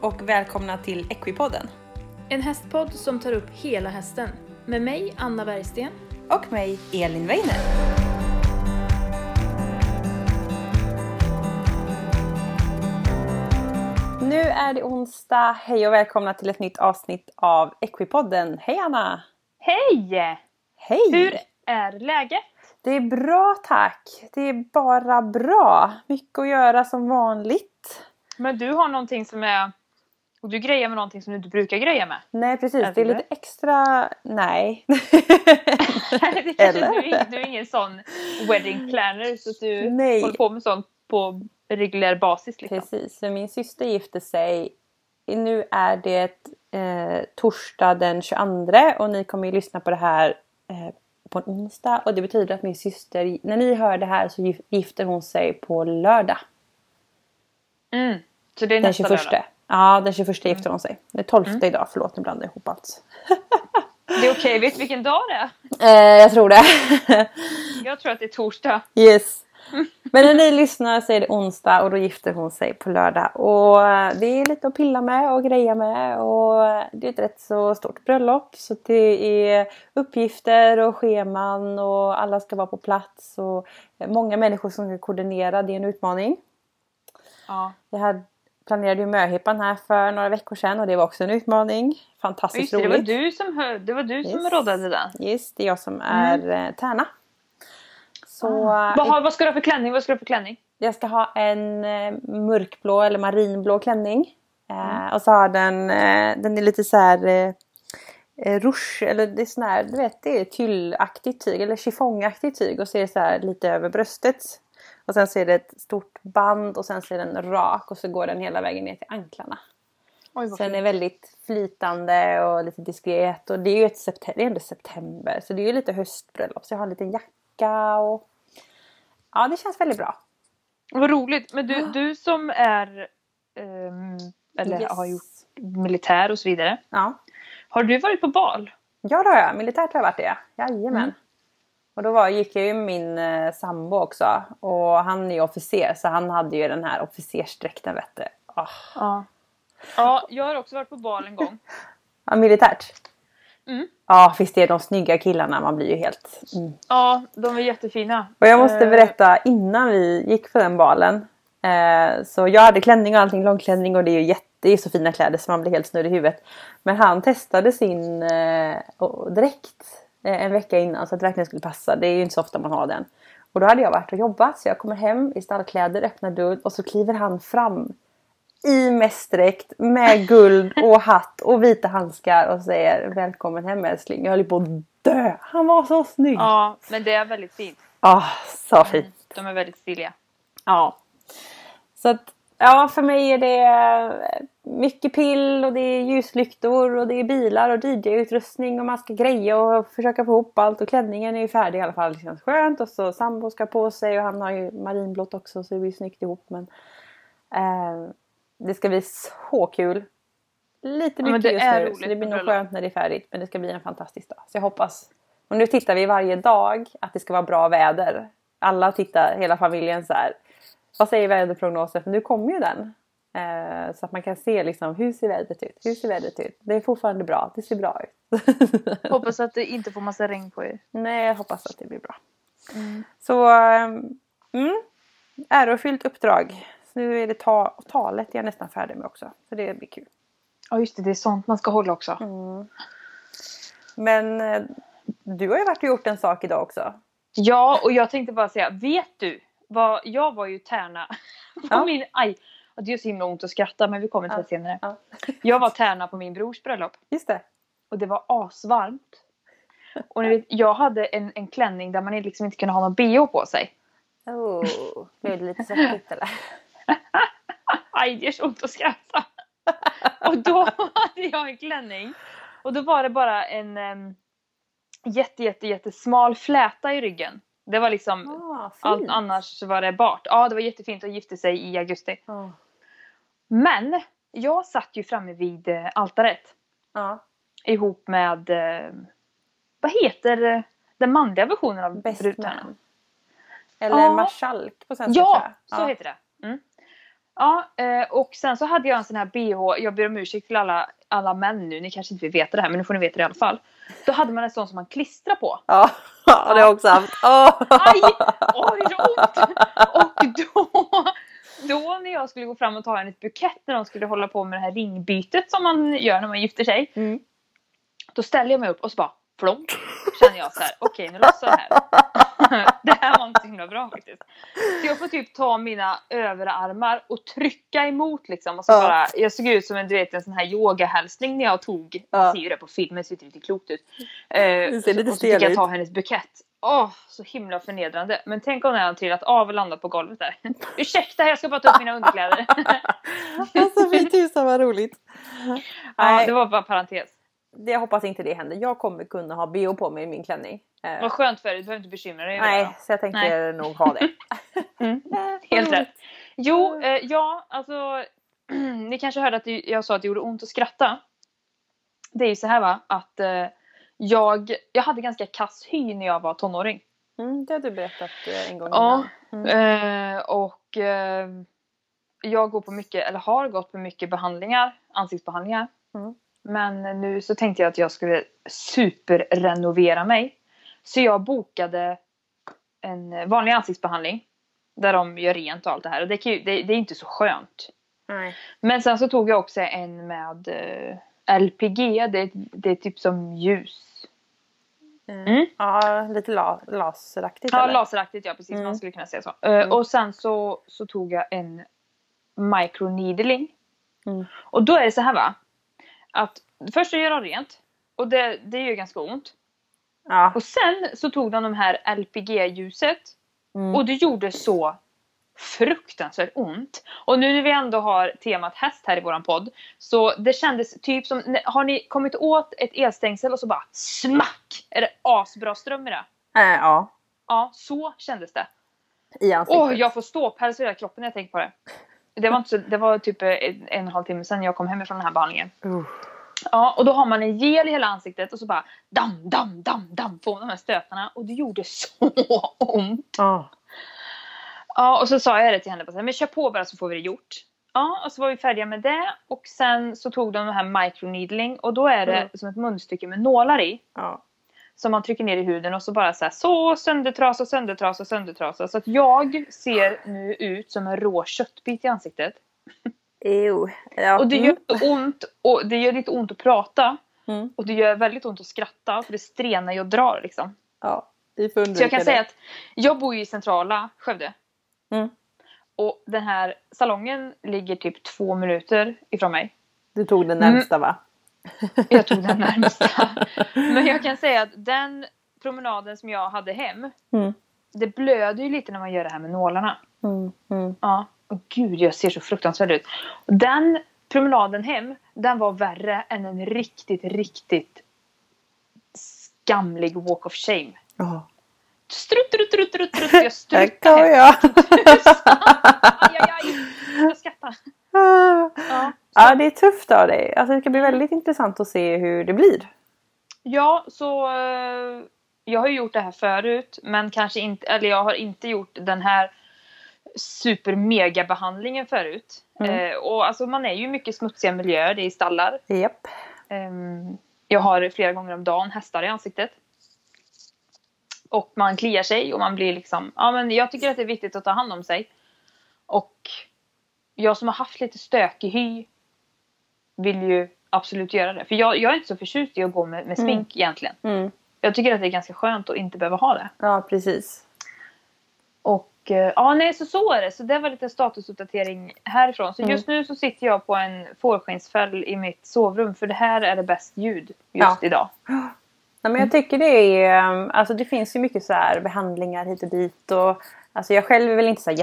och välkomna till Equipodden. En hästpodd som tar upp hela hästen. Med mig, Anna Bergsten. Och mig, Elin Weiner. Nu är det onsdag. Hej och välkomna till ett nytt avsnitt av Equipodden. Hej Anna! Hej! Hej! Hur är läget? Det är bra tack. Det är bara bra. Mycket att göra som vanligt. Men du har någonting som är... Och du grejer med någonting som du inte brukar greja med. Nej precis, det är lite extra... Nej. Eller? Du är ingen sån wedding planner så att du håller på med sånt på reguljär basis. Liksom. Precis, för min syster gifte sig. Nu är det torsdag den 22 och ni kommer ju lyssna på det här på en onsdag. Och det betyder att min syster, när ni hör det här så gifter hon sig på lördag. Så det är nästa den 21. Lördag? Ja, den 21 gifter hon sig. Det är 12 idag, förlåt nu blandar jag ihop allt. Det är okej, vet du vilken dag det är? Jag tror det. Jag tror att det är torsdag. Yes. Men när ni lyssnar så är det onsdag och då gifter hon sig på lördag. Och det är lite att pilla med och greja med. Och det är ett rätt så stort bröllop. Så det är uppgifter och scheman och alla ska vara på plats. Och många människor som ska koordinera, det är en utmaning. Ja. Jag planerade ju möhippan här för några veckor sedan och det var också en utmaning. Fantastiskt roligt. Det var du som rådade den. Yes, det är jag som är tärna. Så, vad ska du ha för klänning? Jag ska ha en mörkblå eller marinblå klänning. Och så har den är lite så här ruche, eller det är sån här, du vet, det är tyllaktigt tyg eller chiffongaktigt tyg och så är det så här lite över bröstet. Och sen så är det ett stort band och sen så är den rak och så går den hela vägen ner till anklarna. Sen är väldigt flytande och lite diskret och det är ju det är ändå september så det är ju lite höstbröllop så jag har en liten jacka och ja, det känns väldigt bra. Vad roligt, men du som är har gjort militär och så vidare. Ja. Har du varit på bal? Ja, det har jag. Militärt har jag varit det. Jajamän. Och då gick jag ju med min sambo också. Och han är ju officer. Så han hade ju den här officersdräkten, vet du. Ja, jag har också varit på bal en gång. Ja, militärt. Ja, visst är de snygga killarna. Man blir ju helt... Ja, de är jättefina. Och jag måste berätta, innan vi gick på den balen. Så jag hade klänning och allting, långklänning. Och det är ju så fina kläder så man blir helt snurrig i huvudet. Men han testade sin dräkt en vecka innan så att det verkligen skulle passa. Det är ju inte så ofta man har den. Och då hade jag varit och jobbat så jag kommer hem i stallkläder, öppnar dörren och så kliver han fram i mästdräkt med guld och hatt och vita handskar och säger välkommen hem älskling. Jag höll på att dö. Han var så snygg. Ja, men det är väldigt fint. Så fint. De är väldigt stiliga. Ja. Så att ja, för mig är det mycket pill och det är ljuslyktor och det är bilar och DJ-utrustning och man ska greja och försöka få ihop allt och klänningen är ju färdig i alla fall. Det känns skönt och så sambo ska på sig och han har ju marinblått också så det blir snyggt ihop men det ska bli så kul. Lite mycket just nu så det blir nog skönt när det är färdigt men det ska bli en fantastisk dag. Så jag hoppas, och nu tittar vi varje dag att det ska vara bra väder. Alla tittar, hela familjen så här. Vad säger väderprognosen? För nu kommer ju den. Så att man kan se liksom, hur ser vädret ut? Det är fortfarande bra. Det ser bra ut. Hoppas att det inte får massa regn på er. Nej, jag hoppas att det blir bra. Så, ärofyllt uppdrag. Så nu är det talet jag är nästan färdig med också. Så det blir kul. Ja, just det. Det är sånt man ska hålla också. Men du har ju varit och gjort en sak idag också. Ja, och jag tänkte bara säga, vet du? Jag var ju tärna på min... Det gör så himla ont att skratta, men vi kommer till det senare. Ja. Jag var tärna på min brors bröllop. Just det. Och det var asvarmt. Och ni vet, jag hade en klänning där man liksom inte kunde ha någon BH på sig. Blev det lite svettigt eller? Aj, det gör så ont att skratta. Och då hade jag en klänning. Och då var det bara en jättesmal fläta i ryggen. Det var liksom allt annars var det bart. Ja, det var jättefint att gifta sig i augusti. Men jag satt ju framme vid altaret. Ihop med vad heter den manliga versionen av brudtärnan? Eller marskalk på svenska. Ja, så heter det. Ja, och sen så hade jag en sån här bh. Jag ber om ursäkt till alla män nu. Ni kanske inte vill veta det här, men nu får ni veta det i alla fall. Då hade man en sån som man klistrar på. Ja, det har jag också haft. Aj! Åh, det är ont! Och då när jag skulle gå fram och ta en bukett när de skulle hålla på med det här ringbytet som man gör när man gifter sig. Mm. Då ställer jag mig upp och så bara flonk. Känner jag så här, okej, nu lossar det här. Det här var inte så himla bra faktiskt. Så jag får typ ta mina överarmar och trycka emot liksom. Och så bara, jag såg ut som en sån här yogahälsning när jag tog. Jag ser ju det på filmen, ser lite klokt ut. Det ser lite och så fick jag ta hennes bukett. Så himla förnedrande. Men tänk om jag hade trillat av och landat på golvet där. Ursäkta, jag ska bara ta upp mina underkläder. Alltså fy tusan vad roligt. Ja, det var bara parentes. Jag hoppas inte det händer. Jag kommer kunna ha BH på mig i min klänning. Vad skönt för dig, du behöver inte bekymra dig. Nej, så jag tänkte nog ha det. Helt rätt. Jo, ja, alltså ni kanske hörde att jag sa att det gjorde ont att skratta. Det är ju så här va, att jag hade ganska kass hy när jag var tonåring. Det har du berättat en gång innan. Och jag går på mycket, eller har gått på mycket behandlingar, ansiktsbehandlingar. Men nu så tänkte jag att jag skulle superrenovera mig. Så jag bokade en vanlig ansiktsbehandling. Där de gör rent och allt det här. Och det är inte så skönt. Nej. Men sen så tog jag också en med LPG. Det är typ som ljus. Ja, lite laseraktigt. Ja, eller? laseraktigt, ja precis. Man skulle kunna säga så. Och sen så tog jag en microneedling. Och då är det så här va. Att först så gör de rent. Och det gör ganska ont. Ja. Och sen så tog de här LPG-ljuset. Och det gjorde så fruktansvärt ont. Och nu när vi ändå har temat häst här i våran podd. Så det kändes typ som, har ni kommit åt ett elstängsel och så bara smack! Är det asbra ström i det? Ja. Ja, så kändes det. I ansiktet. Jag får ståpäls i hela kroppen när jag tänker på det. Det var typ 1,5 timme sedan jag kom hem från den här behandlingen. Ja, och då har man en gel i hela ansiktet och så bara damm på de här stötarna. Och det gjorde så ont. Ja, och så sa jag det till henne. Men kör på bara så får vi det gjort. Ja, och så var vi färdiga med det. Och sen så tog de här microneedling. Och då är det som ett munstycke med nålar i. Som man trycker ner i huden och så bara så söndertrasa. Så att jag ser nu ut som en rå köttbit i ansiktet. Ja. Och det gör ont. Och det gör lite ont att prata. Och det gör väldigt ont att skratta. För det strenar ju och drar liksom. Ja, så jag kan säga att jag bor ju i centrala Skövde. Och den här salongen ligger typ 2 minuter ifrån mig. Du tog den närmsta va? Jag tog den närmsta. Men jag kan säga att den promenaden som jag hade hem. Det blöder ju lite när man gör det här med nålarna. Ja. Och gud, jag ser så fruktansvärt ut. Och den promenaden hem, den var värre än en riktigt skamlig walk of shame. Strutt. Jag struttade. Jag skrattar. Ja, det är tufft av dig. Alltså det ska bli väldigt intressant att se hur det blir. Ja, så jag har ju gjort det här förut. Men kanske inte, eller jag har inte gjort den här super-mega behandlingen förut. Och alltså man är ju mycket smutsiga miljöer, det är i stallar. Japp. Jag har flera gånger om dagen hästar i ansiktet. Och man kliar sig och man blir liksom, ja men jag tycker att det är viktigt att ta hand om sig. Och jag som har haft lite stökig hy vill ju absolut göra det. För jag är inte så förtjust i att gå med smink egentligen. Jag tycker att det är ganska skönt att inte behöva ha det. Ja, precis. Och så är det. Så det var lite statusuppdatering härifrån. Så just nu så sitter jag på en fårskensfäll i mitt sovrum. För det här är det bäst ljud just idag. Ja, men jag tycker det är, alltså det finns ju mycket så här behandlingar hit och dit. Och, alltså jag själv är väl inte så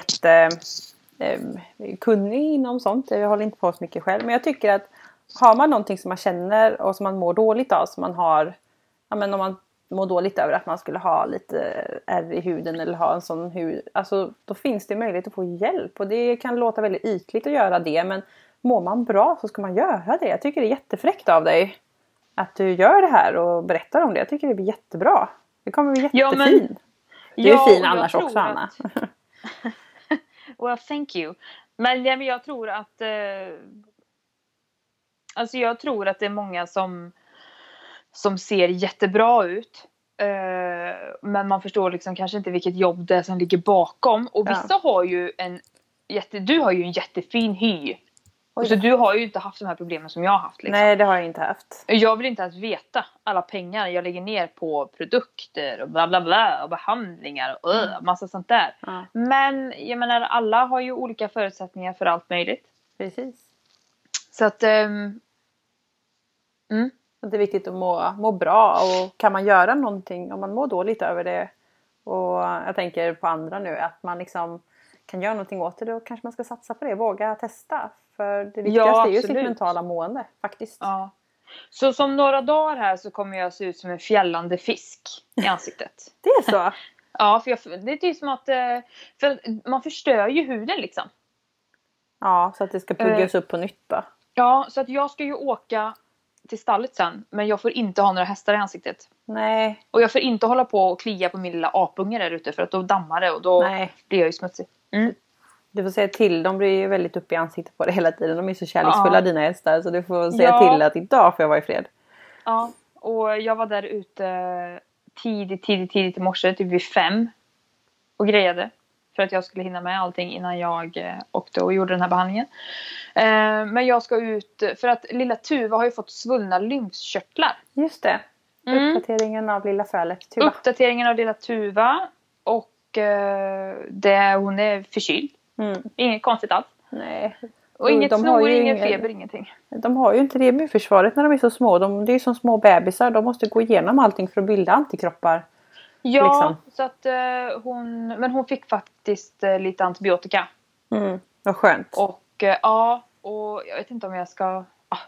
kunnig inom sånt. Jag håller inte på så mycket själv. Men jag tycker att har man någonting som man känner och som man mår dåligt av. Som man har, ja men om man mår dåligt över att man skulle ha lite ärr i huden eller ha en sån hud. Alltså då finns det möjlighet att få hjälp. Och det kan låta väldigt ytligt att göra det. Men mår man bra så ska man göra det. Jag tycker det är jättefräckt av dig. Att du gör det här och berättar om det. Jag tycker det blir jättebra. Det kommer bli jättefin. Du är fin annars också, Anna. Well, thank you. Men jag tror att alltså jag tror att det är många som ser jättebra ut. Men man förstår liksom kanske inte vilket jobb det är som ligger bakom. Och vissa har ju du har ju en jättefin hy. Så du har ju inte haft de här problemen som jag har haft. Liksom. Nej, det har jag inte haft. Jag vill inte ens veta alla pengar jag lägger ner på produkter och bla bla bla. Och behandlingar och massa sånt där. Ja. Men jag menar, alla har ju olika förutsättningar för allt möjligt. Precis. Så att... Det är viktigt att må bra. Och kan man göra någonting om man mår dåligt över det. Och jag tänker på andra nu. Att man liksom kan göra någonting åt det. Då kanske man ska satsa på det. Våga testa. För det viktigaste är ju sitt mentala mående faktiskt. Ja. Så som några dagar här så kommer jag se ut som en fjällande fisk i ansiktet. Det är så? Ja, för det är typ som att för man förstör ju huden liksom. Ja, så att det ska puggas upp på nytt då. Ja, så att jag ska ju åka till stallet sen. Men jag får inte ha några hästar i ansiktet. Nej. Och jag får inte hålla på och klia på min lilla apunge där ute. För att då dammar det och då blir jag ju smutsig. Du får säga till, de blir ju väldigt uppe i ansiktet på det hela tiden. De är så kärleksfulla dina hästar. Så du får säga till att idag får jag vara i fred. Ja, och jag var där ute tidigt i morse. Typ vid 5. Och grejade. För att jag skulle hinna med allting innan jag åkte och gjorde den här behandlingen. Men jag ska ut, för att lilla Tuva har ju fått svullna lymfkörtlar. Just det. Uppdateringen av lilla fölet Tuva. Uppdateringen av lilla Tuva. Och hon är förkyld. Inget konstigt alls. Nej. Och inget snor, ingen feber, ingenting. De har ju inte det immunförsvaret när de är så små. Det är ju som små bebisar. De måste gå igenom allting för att bilda antikroppar. Ja, liksom. Så att hon fick faktiskt lite antibiotika. Vad skönt. Och och jag vet inte om jag ska...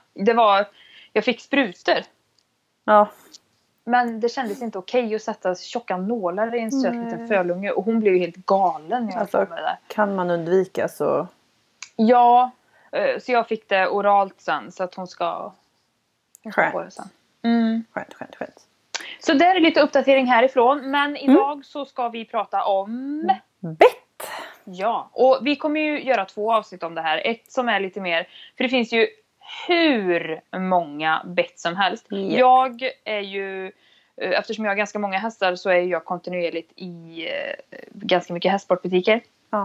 jag fick sprutor. Ja. Men det kändes inte okej att sätta tjocka nålar i en söt liten fölunge. Och hon blev ju helt galen när jag får med det där. Kan man undvika så... Ja, så jag fick det oralt sen. Så att hon ska få det sen. Skönt. Så det är lite uppdatering härifrån. Men idag så ska vi prata om... bett! Ja, och vi kommer ju göra 2 avsnitt om det här. Ett som är lite mer... För det finns ju hur många bett som helst. Yep. Jag är ju... Eftersom jag har ganska många hästar så är jag kontinuerligt i ganska mycket hästsportbutiker. Ja.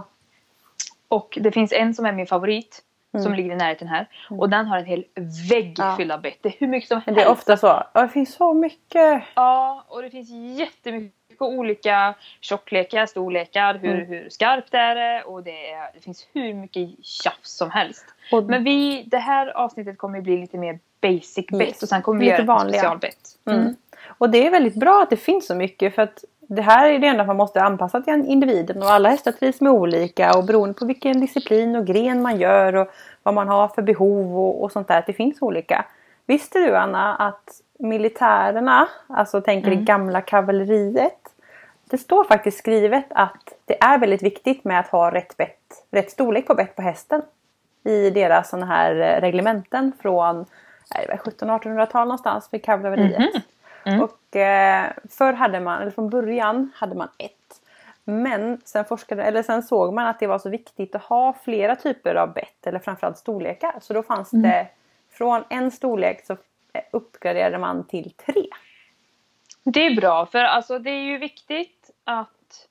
Och det finns en som är min favorit. Som ligger i närheten här. Och den har en hel vägg fyll av bett. Det är hur mycket som helst. Det är ofta så. Ja, det finns så mycket. Ja, och det finns jättemycket olika tjocklekar, storlekar. Hur skarpt är det. Och det finns hur mycket tjafs som helst. Men det här avsnittet kommer bli lite mer basic bett. Och sen kommer vi göra ett specialbett. Och det är väldigt bra att det finns så mycket. För att det här är det enda man måste anpassa till individen. Och alla hästar trivs med olika. Och beroende på vilken disciplin och gren man gör. Och vad man har för behov och sånt där. Att det finns olika. Visste du, Anna, att militärerna, alltså tänker det gamla kavalleriet. Det står faktiskt skrivet att det är väldigt viktigt med att ha rätt storlek på bett på hästen. I deras såna här reglementen från 1700-1800-tal någonstans för kavalleriet. Och förr hade man, eller från början hade man 1. Men sen såg man att det var så viktigt att ha flera typer av bett. Eller framförallt storlekar. Så då fanns det från en storlek så uppgraderade man till 3. Det är bra, för alltså det är ju viktigt att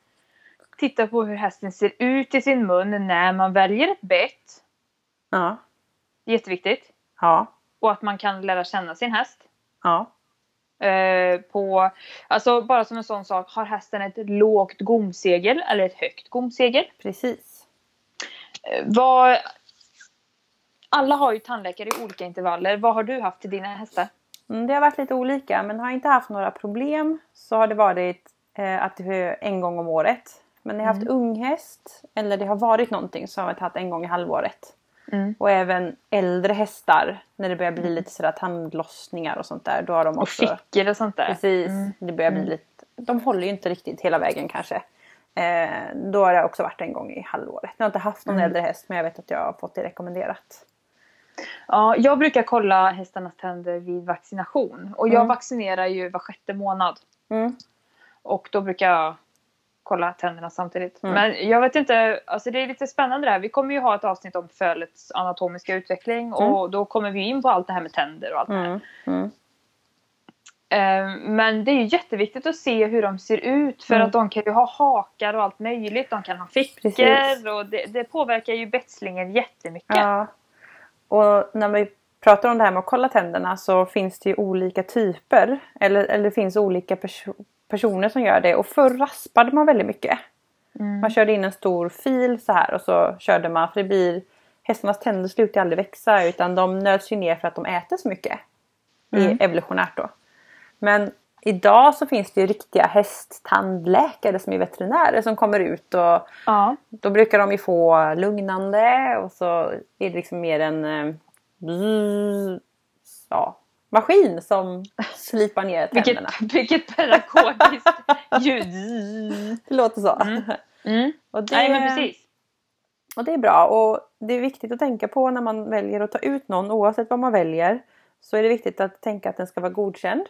titta på hur hästen ser ut i sin mun när man väljer ett bett. Ja. Jätteviktigt. Ja. Och att man kan lära känna sin häst. Ja. Alltså bara som en sån sak, har hästen ett lågt gomsegel eller ett högt gomsegel? Precis. Alla har ju tandläkare i olika intervaller. Vad har du haft till dina hästar? Det har varit lite olika, men har inte haft några problem så har det varit att det är en gång om året. Men när jag har haft unghäst eller det har varit någonting så har jag haft en gång i halvåret. Och även äldre hästar när det börjar bli lite sådär tandlossningar och sånt där. Då har de också... Och fickor och sånt där. Precis, det börjar bli lite... De håller ju inte riktigt hela vägen kanske. Då har det också varit en gång i halvåret. Jag har inte haft någon äldre häst men jag vet att jag har fått det rekommenderat. Ja, jag brukar kolla hästarnas tänder vid vaccination. Och jag vaccinerar ju var 6:e månad. Och då brukar jag kolla tänderna samtidigt. Men jag vet inte, alltså det är lite spännande det här. Vi kommer ju ha ett avsnitt om fölets anatomiska utveckling. Och då kommer vi in på allt det här med tänder och allt det här. Men det är ju jätteviktigt att se hur de ser ut. För att de kan ju ha hakar och allt möjligt. De kan ha fickor. Och det påverkar ju betslingen jättemycket. Ja. Och när vi pratar om det här med att kolla tänderna så finns det ju olika typer. Eller det finns olika personer som gör det. Och förr raspade man väldigt mycket. Man körde in en stor fil så här och så körde man. För det blir, hästarnas tänder slutar aldrig växa utan de nöts ju ner för att de äter så mycket. Evolutionärt då. Men idag så finns det ju riktiga hästtandläkare som är veterinärer som kommer ut och då brukar de ju få lugnande och så är det liksom mer en maskin som slipar ner tänderna. Vilket pedagogiskt ljud. Det låter så. Och det, nej men precis. Och det är bra och det är viktigt att tänka på när man väljer att ta ut någon oavsett vad man väljer. Så är det viktigt att tänka att den ska vara godkänd.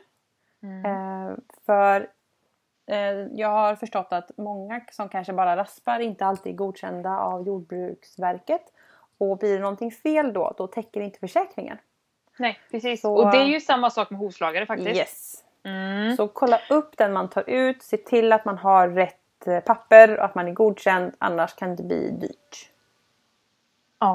För jag har förstått att många som kanske bara raspar inte alltid är godkända av Jordbruksverket. Och blir det någonting fel då täcker inte försäkringen. Nej, precis. Så, och det är ju samma sak med hovslagare faktiskt. Yes. Så kolla upp den man tar ut. Se till att man har rätt papper och att man är godkänd. Annars kan det bli dyrt. Ja.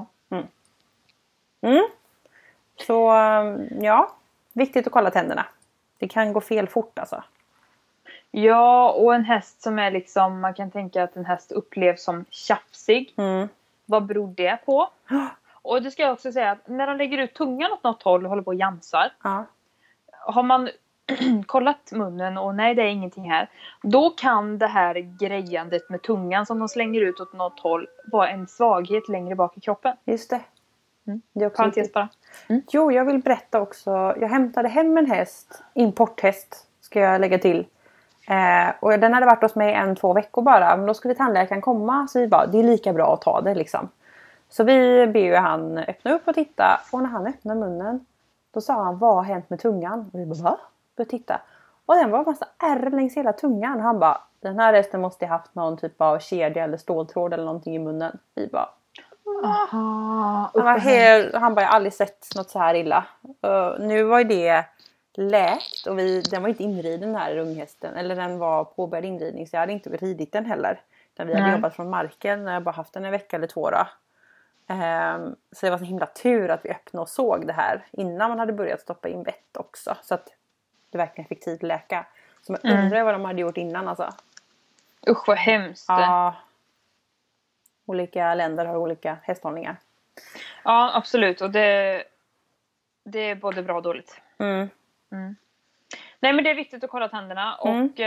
Så ja, viktigt att kolla tänderna. Det kan gå fel fort alltså. Ja, och en häst som är liksom, man kan tänka att en häst upplevs som tjafsig. Vad beror det på? Och det ska jag också säga att när de lägger ut tungan åt något håll och håller på och jamsar. Har man kollat munnen och nej det är ingenting här. Då kan det här grejandet med tungan som de slänger ut åt något håll vara en svaghet längre bak i kroppen. Just det. Det är också parentes bara. Jo, jag vill berätta också. Jag hämtade hem en häst. Importhäst ska jag lägga till. Och den hade varit hos mig 1-2 veckor bara. Men då skulle tandläkaren komma. Så vi bara, det är lika bra att ta det liksom. Så vi ber ju han öppna upp och titta. Och när han öppnar munnen. Då sa han, vad har hänt med tungan? Och vi bara, va? Började titta. Och den var en massa ärr längs hela tungan. Han bara, den här hästen måste ha haft någon typ av kedja eller ståltråd eller någonting i munnen. Vi bara, han bara, jag har aldrig sett något så här illa. Nu var ju det läkt och den var inte inriden den här unghästen. Eller den var påbörjad inridning så jag hade inte ridit den heller. Utan vi hade jobbat från marken när jag bara haft den en vecka eller 2 då. Så det var så himla tur att vi öppnade och såg det här innan man hade börjat stoppa in vett också. Så att det verkligen fick tid att läka. Så man undrar vad de hade gjort innan alltså. Usch vad hemskt. Ja. Olika länder har olika hästhållningar. Ja, absolut. Och det är både bra och dåligt. Nej, men det är viktigt att kolla tänderna. Och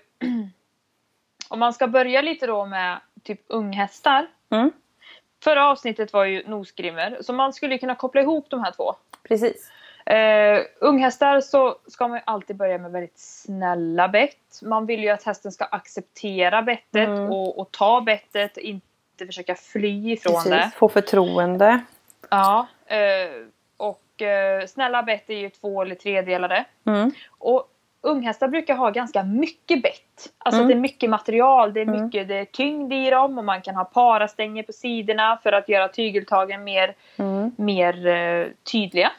om man ska börja lite då med typ unghästar. Förra avsnittet var ju nosgrimmer. Så man skulle kunna koppla ihop de här 2. Precis. Unghästar så ska man ju alltid börja med väldigt snälla bett. Man vill ju att hästen ska acceptera bettet och ta bettet. Inte försöka fly ifrån det. Få förtroende. Ja. Och snälla bett är ju 2 eller 3-delade. Och unghästar brukar ha ganska mycket bett. Alltså det är mycket material. Det är mycket det är tyngd i dem. Och man kan ha parastänger på sidorna. För att göra tygeltagen mer tydliga.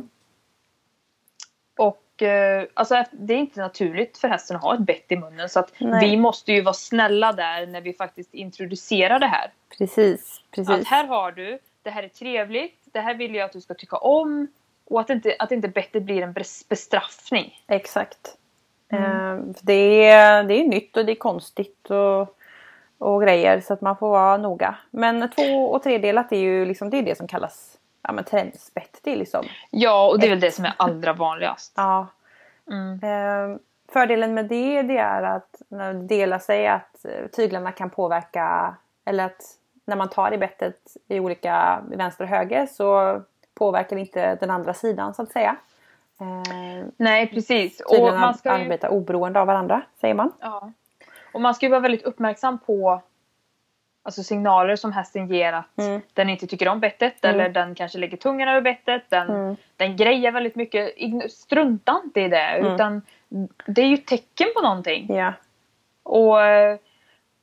Och alltså, det är inte naturligt för hästen att ha ett bett i munnen. Så att vi måste ju vara snälla där när vi faktiskt introducerar det här. Precis. Att här har du, det här är trevligt. Det här vill jag att du ska tycka om. Och att inte bettet blir en bestraffning. Exakt. Det är nytt och det är konstigt och grejer. Så att man får vara noga. Men 2- och 3-delat är ju liksom, det är det som kallas träningsbett. Det är liksom ja, och det är väl det som är allra vanligast. Ja. Fördelen med det är att när det delar sig att tyglarna kan påverka, eller att när man tar i bettet i olika vänster och höger så påverkar inte den andra sidan så att säga. Nej, precis. Och man ska arbeta oberoende av varandra, säger man. Ja. Och man ska ju vara väldigt uppmärksam på alltså signaler som hästen ger att den inte tycker om bettet. Eller den kanske lägger tungan över bettet. Den grejer väldigt mycket. Strunta inte i det. Utan det är ju tecken på någonting. Ja. Och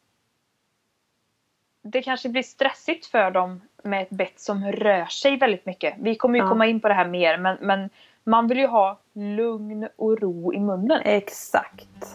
det kanske blir stressigt för dem med ett bett som rör sig väldigt mycket. Vi kommer ju komma in på det här mer, men man vill ju ha lugn och ro i munnen. Exakt.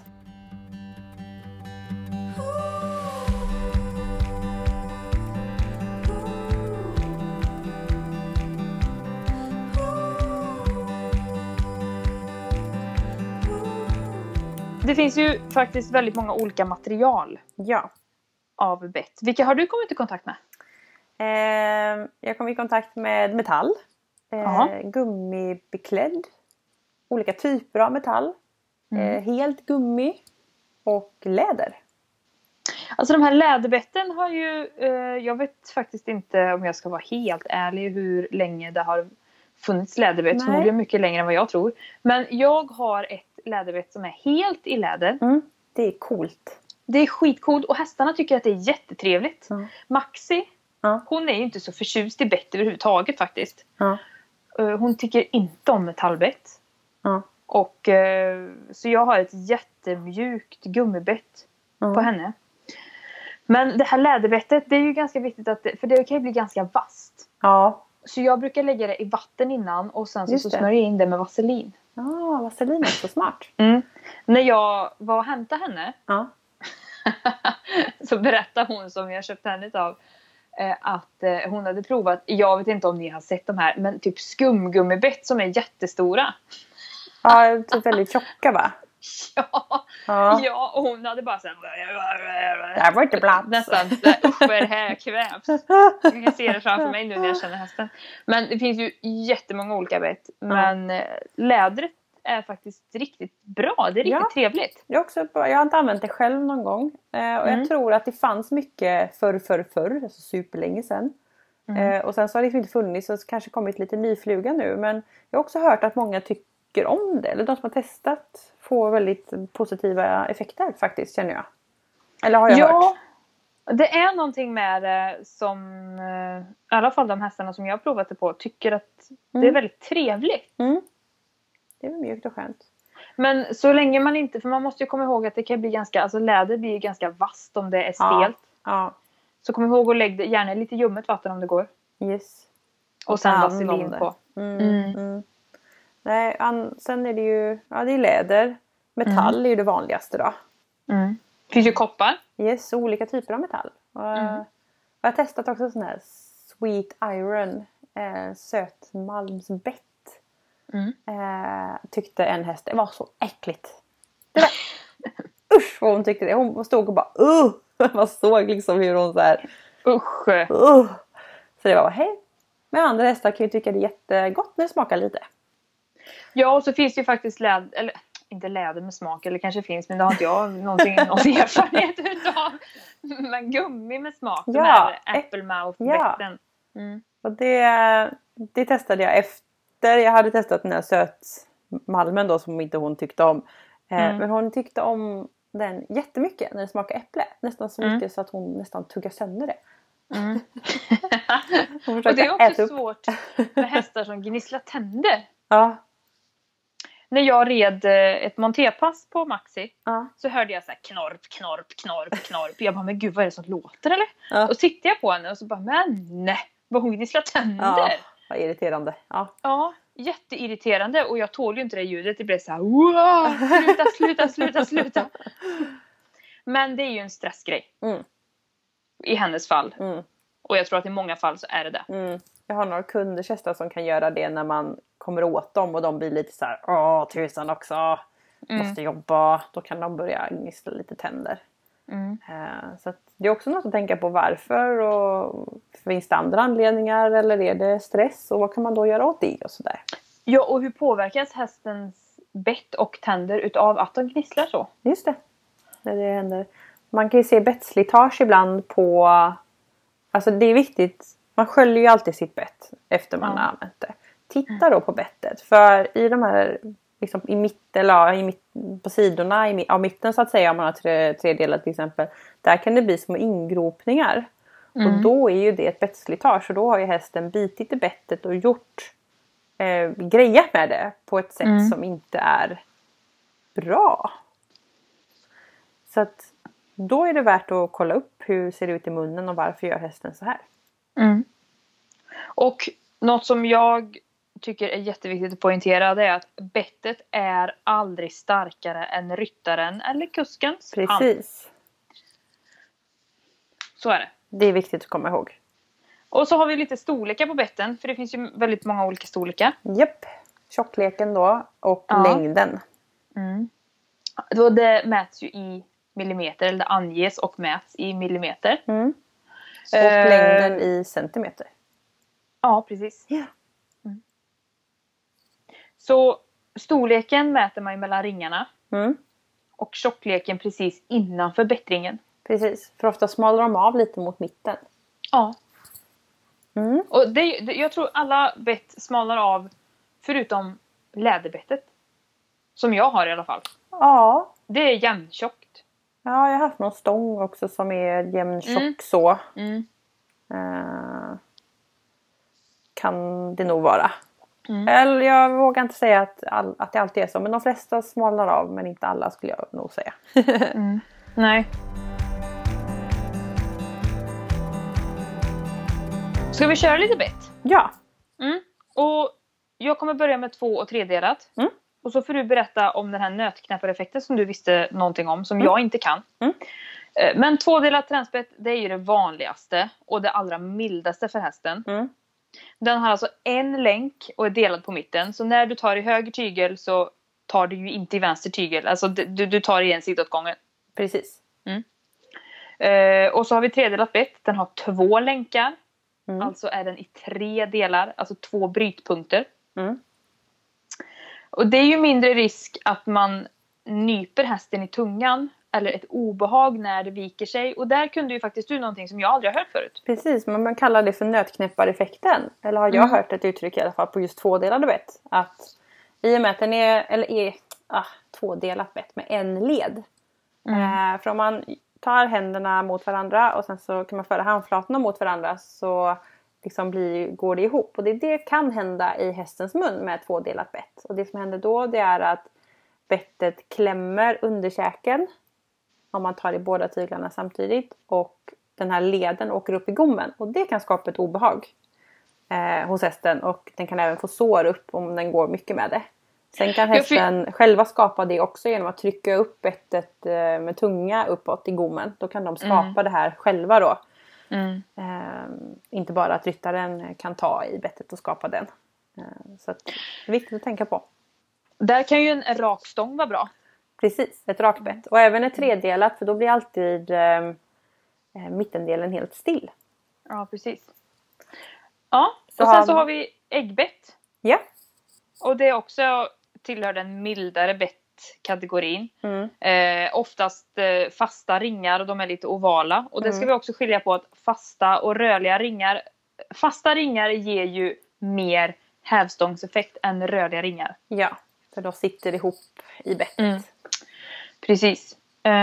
Det finns ju faktiskt väldigt många olika material av bett. Vilka har du kommit i kontakt med? Jag kom i kontakt med metall. Gummibeklädd. Olika typer av metall. Helt gummi. Och läder. Alltså de här läderbetten har ju... jag vet faktiskt inte, om jag ska vara helt ärlig, hur länge det har funnits läderbett. Förmodligen mycket längre än vad jag tror. Men jag har ett läderbett som är helt i läder. Det är coolt. Det är skitcoolt. Och hästarna tycker att det är jättetrevligt. Maxi, hon är ju inte så förtjust i bett överhuvudtaget faktiskt. Hon tycker inte om metallbett. Och så jag har ett jättemjukt gummibett på henne. Men det här läderbettet, det är ju ganska viktigt att för det kan ju bli ganska vasst. Så jag brukar lägga det i vatten innan och sen så smörjer jag in det med vaselin. Vaselin är så smart. När jag var och hämtade henne så berättade hon, som jag köpte henne av, att hon hade provat, jag vet inte om ni har sett de här, men typ skumgummibett som är jättestora. Ja, typ väldigt tjocka va? Ja, och hon hade bara såhär... Det här var inte plats. Nästan, usch vad är det här kvävs. Jag kan se det framför mig nu när jag känner hästen. Men det finns ju jättemånga olika bett. Men lädret är faktiskt riktigt bra. Det är riktigt trevligt. Jag har inte använt det själv någon gång. Och jag tror att det fanns mycket förr. Alltså superlänge sedan. Och sen så har det liksom inte funnits. Och kanske kommit lite nyfluga nu. Men jag har också hört att många tycker om det. Eller de som har testat får väldigt positiva effekter faktiskt, känner jag. Eller har jag hört? Det är någonting med det som i alla fall de hästarna som jag har provat det på tycker att det är väldigt trevligt. Det är mjukt och skönt. Men så länge man inte, för man måste ju komma ihåg att det kan bli ganska, alltså läder blir ju ganska vasst om det är stelt. Så kom ihåg att lägga gärna lite ljummet vatten om det går. Yes. Och sen vaselin på. Nej, sen är det ju, det är läder. Metall är ju det vanligaste då. Finns ju koppar. Yes, olika typer av metall. Och jag har testat också sån här Sweet Iron sötmalmsbett. Tyckte en häst, det var så äckligt. Det var, usch vad hon tyckte det. Hon stod och bara man såg liksom hur hon så här usch. Så det var hej. Men andra hästar kan ju tycka det är jättegott när det smakar lite. Ja, och så finns det ju faktiskt läder, eller inte läder med smak, eller kanske finns, men det har inte jag någon erfarenhet utav. Men gummi med smak, de här apple mouth-betten. Och det testade jag efter. Jag hade testat den här sötmalmen då som inte hon tyckte om. Men hon tyckte om den jättemycket när det smakar äpple. Nästan så mycket så att hon nästan tuggar sönder det. Och det är också svårt med hästar som gnisslar tänder. När jag red ett montépass på Maxi så hörde jag så här knorp. Jag bara, men gud vad är det som låter eller? Och sitter jag på henne och så bara, men nej, vad hon gnisslar tänder. Vad irriterande. Ja, jätteirriterande. Och jag tål ju inte det ljudet. Det blev så här, sluta. Men det är ju en stressgrej. I hennes fall. Och jag tror att i många fall så är det det. Jag har några kunders hästar som kan göra det när man kommer åt dem. Och de blir lite så här, tusan också. Måste jobba. Då kan de börja gnissla lite tänder. Så att det är också något att tänka på varför. Och finns det andra anledningar eller är det stress? Och vad kan man då göra åt det och sådär? Ja, och hur påverkas hästens bett och tänder utav att de gnisslar så? Just det. När det händer. Man kan ju se bettslitage ibland på... Alltså det är viktigt. Man sköljer ju alltid sitt bett efter man har använt det. Titta då på bettet. För i de här... Liksom i mitten, på sidorna av mitten så att säga, om man har tre delar till exempel, där kan det bli små ingropningar och då är ju det ett bettslitage och då har ju hästen bitit i bettet och gjort grejer med det på ett sätt som inte är bra. Så att Då är det värt att kolla upp hur ser det ut i munnen och varför gör hästen så här. Mm. Och något som jag tycker är jätteviktigt att poängtera, det är att bettet är aldrig starkare än ryttaren eller kuskens hand. Precis. Så är det. Det är viktigt att komma ihåg. Och så har vi lite storlekar på betten, för det finns ju väldigt många olika storlekar. Japp. Tjockleken då och längden. Mm. Då det mäts ju i millimeter, eller det anges och mäts i millimeter. Mm. Och längden i centimeter. Ja, precis. Yeah. Mm. Så storleken mäter man ju mellan ringarna. Mm. Och tjockleken precis innanför bettringen. Precis, för ofta smalnar de av lite mot mitten. Ja. Mm. Och jag tror alla bett smalnar av förutom läderbettet. Som jag har i alla fall. Ja. Det är jämntjockt. Ja, jag har haft någon stång också som är jämntjock så. Mm. Kan det nog vara. Mm. Eller jag vågar inte säga att det alltid är så. Men de flesta smalnar av, men inte alla skulle jag nog säga. Mm. Nej. Ska vi köra lite bett? Ja. Mm. Och jag kommer börja med 2- och 3-delat. Mm. Och så får du berätta om den här nötknäppareffekten som du visste någonting om. Som jag inte kan. Mm. Men 2-delat tränsbett, det är ju det vanligaste. Och det allra mildaste för hästen. Mm. Den har alltså en länk och är delad på mitten. Så när du tar i höger tygel så tar du ju inte i vänster tygel. Alltså du tar i en sida åt gången. Precis. Mm. Och så har vi 3-delat bett. Den har 2 länkar. Mm. Alltså är den i 3 delar. Alltså 2 brytpunkter. Mm. Och det är ju mindre risk att man nyper hästen i tungan. Eller ett obehag när det viker sig. Och där kunde ju faktiskt du någonting som jag aldrig har hört förut. Precis, men man kallar det för nötknäppareffekten. Eller har jag hört ett uttryck i alla fall på just 2-delade bett. Att i och med att den är 2-delat bett med en led. För om man tar händerna mot varandra och sen så kan man föra handflatorna mot varandra så liksom går det ihop. Och det kan hända i hästens mun med 2-delat bett. Och det som händer då det är att bettet klämmer underkäken. Om man tar i båda tyglarna samtidigt. Och den här leden åker upp i gommen. Och det kan skapa ett obehag hos hästen. Och den kan även få sår upp om den går mycket med det. Sen kan hästen själva skapa det också genom att trycka upp bettet med tunga uppåt i gommen. Då kan de skapa det här själva då. Mm. Inte bara att ryttaren kan ta i bettet och skapa den. Så att det är viktigt att tänka på. Där kan ju en rak stång vara bra. Precis, ett rakbett. Och även ett 3-delat för då blir alltid mittendelen helt still. Ja, precis. Ja, och sen så har vi äggbett. Ja. Och det är också tillhör den mildare bettkategorin. Oftast fasta ringar och de är lite ovala. Och det ska vi också skilja på att fasta och rörliga ringar. Fasta ringar ger ju mer hävstångseffekt än rörliga ringar. Ja, för då sitter det ihop i bettet. Precis.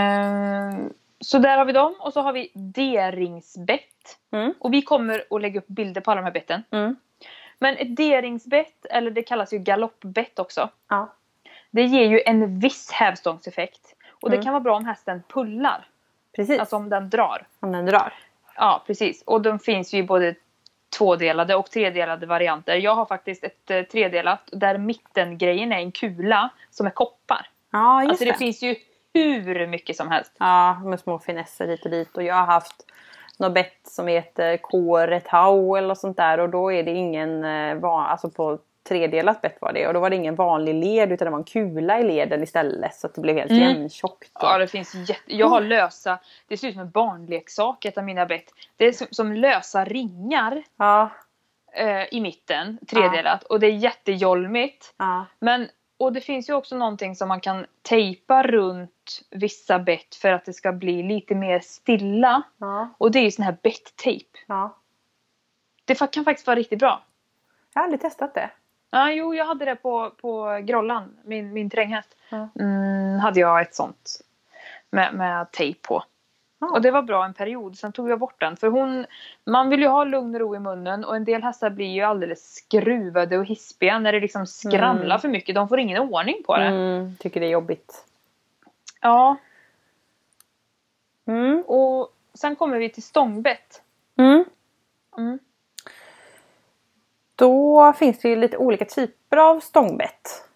Så där har vi dem. Och så har vi D-ringsbett. Och vi kommer att lägga upp bilder på alla de här betten. Men ett D-ringsbett, eller det kallas ju galoppbett också. Ja. Det ger ju en viss hävstångseffekt. Och det kan vara bra om hästen pullar. Precis. Alltså om den drar. Om den drar. Ja, precis. Och de finns ju både 2-delade och 3-delade varianter. Jag har faktiskt ett 3-delat där mittengrejen är en kula som är koppar. Ja, just alltså det finns ju hur mycket som helst. Ja, med små finesser hit och dit. Och jag har haft något bett som heter K-retau eller sånt där. Och då är det ingen, alltså på 3-delat bett var det. Och då var det ingen vanlig led utan det var en kula i leden istället. Så att det blev helt jämntjockt. Ja, det finns jag har lösa, det ser ut som en barnleksak, ett av mina bett. Det är som lösa ringar i mitten, 3-delat. Och det är jättejolmigt. Men och det finns ju också någonting som man kan tejpa runt vissa bett för att det ska bli lite mer stilla. Och det är ju sån här betttejp. Det kan faktiskt vara riktigt bra. Jag har aldrig testat det. Jo, jag hade det på Grollan, min tränghäst. Hade jag ett sånt med tejp på. Och det var bra en period, sen tog jag bort den. För man vill ju ha lugn och ro i munnen. Och en del hästar blir ju alldeles skruvade och hispiga när det liksom skramlar för mycket. De får ingen ordning på det. Tycker det är jobbigt. Ja. Och sen kommer vi till stångbett. Då finns det ju lite olika typer av stångbett.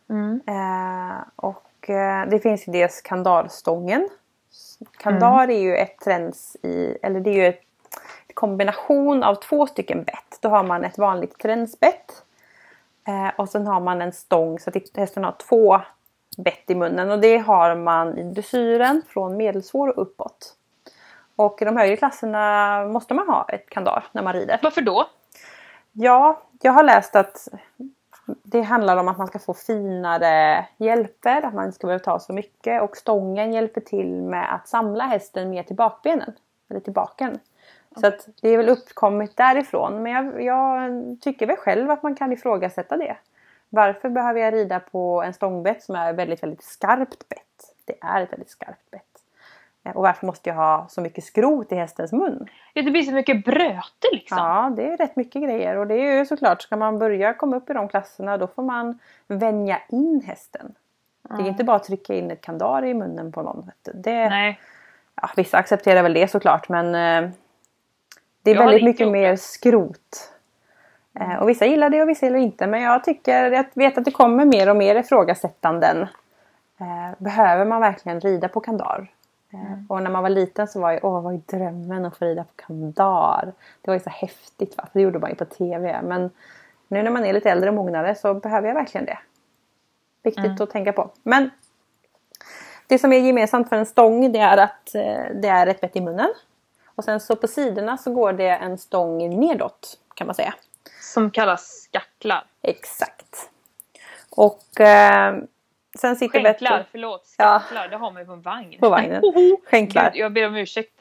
Det finns ju dels kandarstången. Kandar är ju ett träns eller det är ju en kombination av 2 stycken bett. Då har man ett vanligt tränsbett. Och sen har man en stång så att hästen har 2 bett i munnen. Och det har man i dressyren från medelsvår och uppåt. Och i de högre klasserna måste man ha ett kandar när man rider. Varför då? Ja, jag har läst att det handlar om att man ska få finare hjälper. Att man inte ska behöva ta så mycket. Och stången hjälper till med att samla hästen mer till bakbenen. Eller till baken. Så att det är väl uppkommit därifrån. Men jag tycker väl själv att man kan ifrågasätta det. Varför behöver jag rida på en stångbett som är väldigt, väldigt skarpt bett? Det är ett väldigt skarpt bett. Och varför måste jag ha så mycket skrot i hästens mun? Ja, det blir så mycket bröte liksom. Ja, det är rätt mycket grejer. Och det är ju såklart, ska man börja komma upp i de klasserna, då får man vänja in hästen. Det är inte bara att trycka in ett kandar i munnen på någon. Nej. Ja, vissa accepterar väl det såklart, men det är väldigt mycket mer skrot. Och vissa gillar det och vissa gillar inte. Men jag vet att det kommer mer och mer ifrågasättanden. Behöver man verkligen rida på kandar? Och när man var liten så var ju drömmen att få rida på kandar. Det var ju så häftigt, va? För det gjorde man ju på tv. Men nu när man är lite äldre och mognare så behöver jag verkligen det. Viktigt att tänka på. Men det som är gemensamt för en stång, det är att det är ett bett i munnen. Och sen så på sidorna så går det en stång nedåt, kan man säga. Som kallas skacklar. Exakt. Och sen sitter skänklar, förlåt. Skacklar, ja. Det har man ju på en vagn. På vagnen. Skänklar. Gud, jag ber om ursäkt.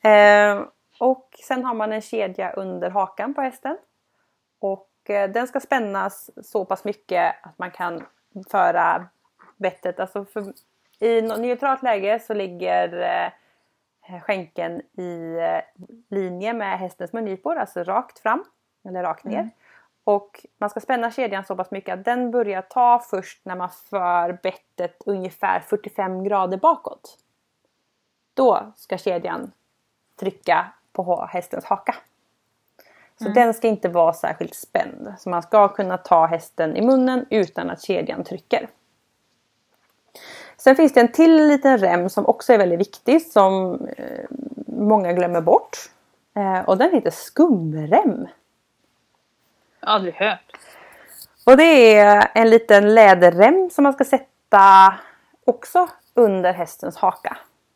Och sen har man en kedja under hakan på hästen. Och den ska spännas så pass mycket att man kan föra bettet. Alltså i neutralt läge så ligger skänken i linje med hästens mungipor. Alltså rakt fram eller rakt ner. Och man ska spänna kedjan så pass mycket att den börjar ta först när man för bettet ungefär 45 grader bakåt. Då ska kedjan trycka på hästens haka. Så den ska inte vara särskilt spänd. Så man ska kunna ta hästen i munnen utan att kedjan trycker. Sen finns det en till liten rem som också är väldigt viktig. Som många glömmer bort. Och den heter skumrem. Aldrig hört. Och det är en liten läderrem som man ska sätta också under hästens haka.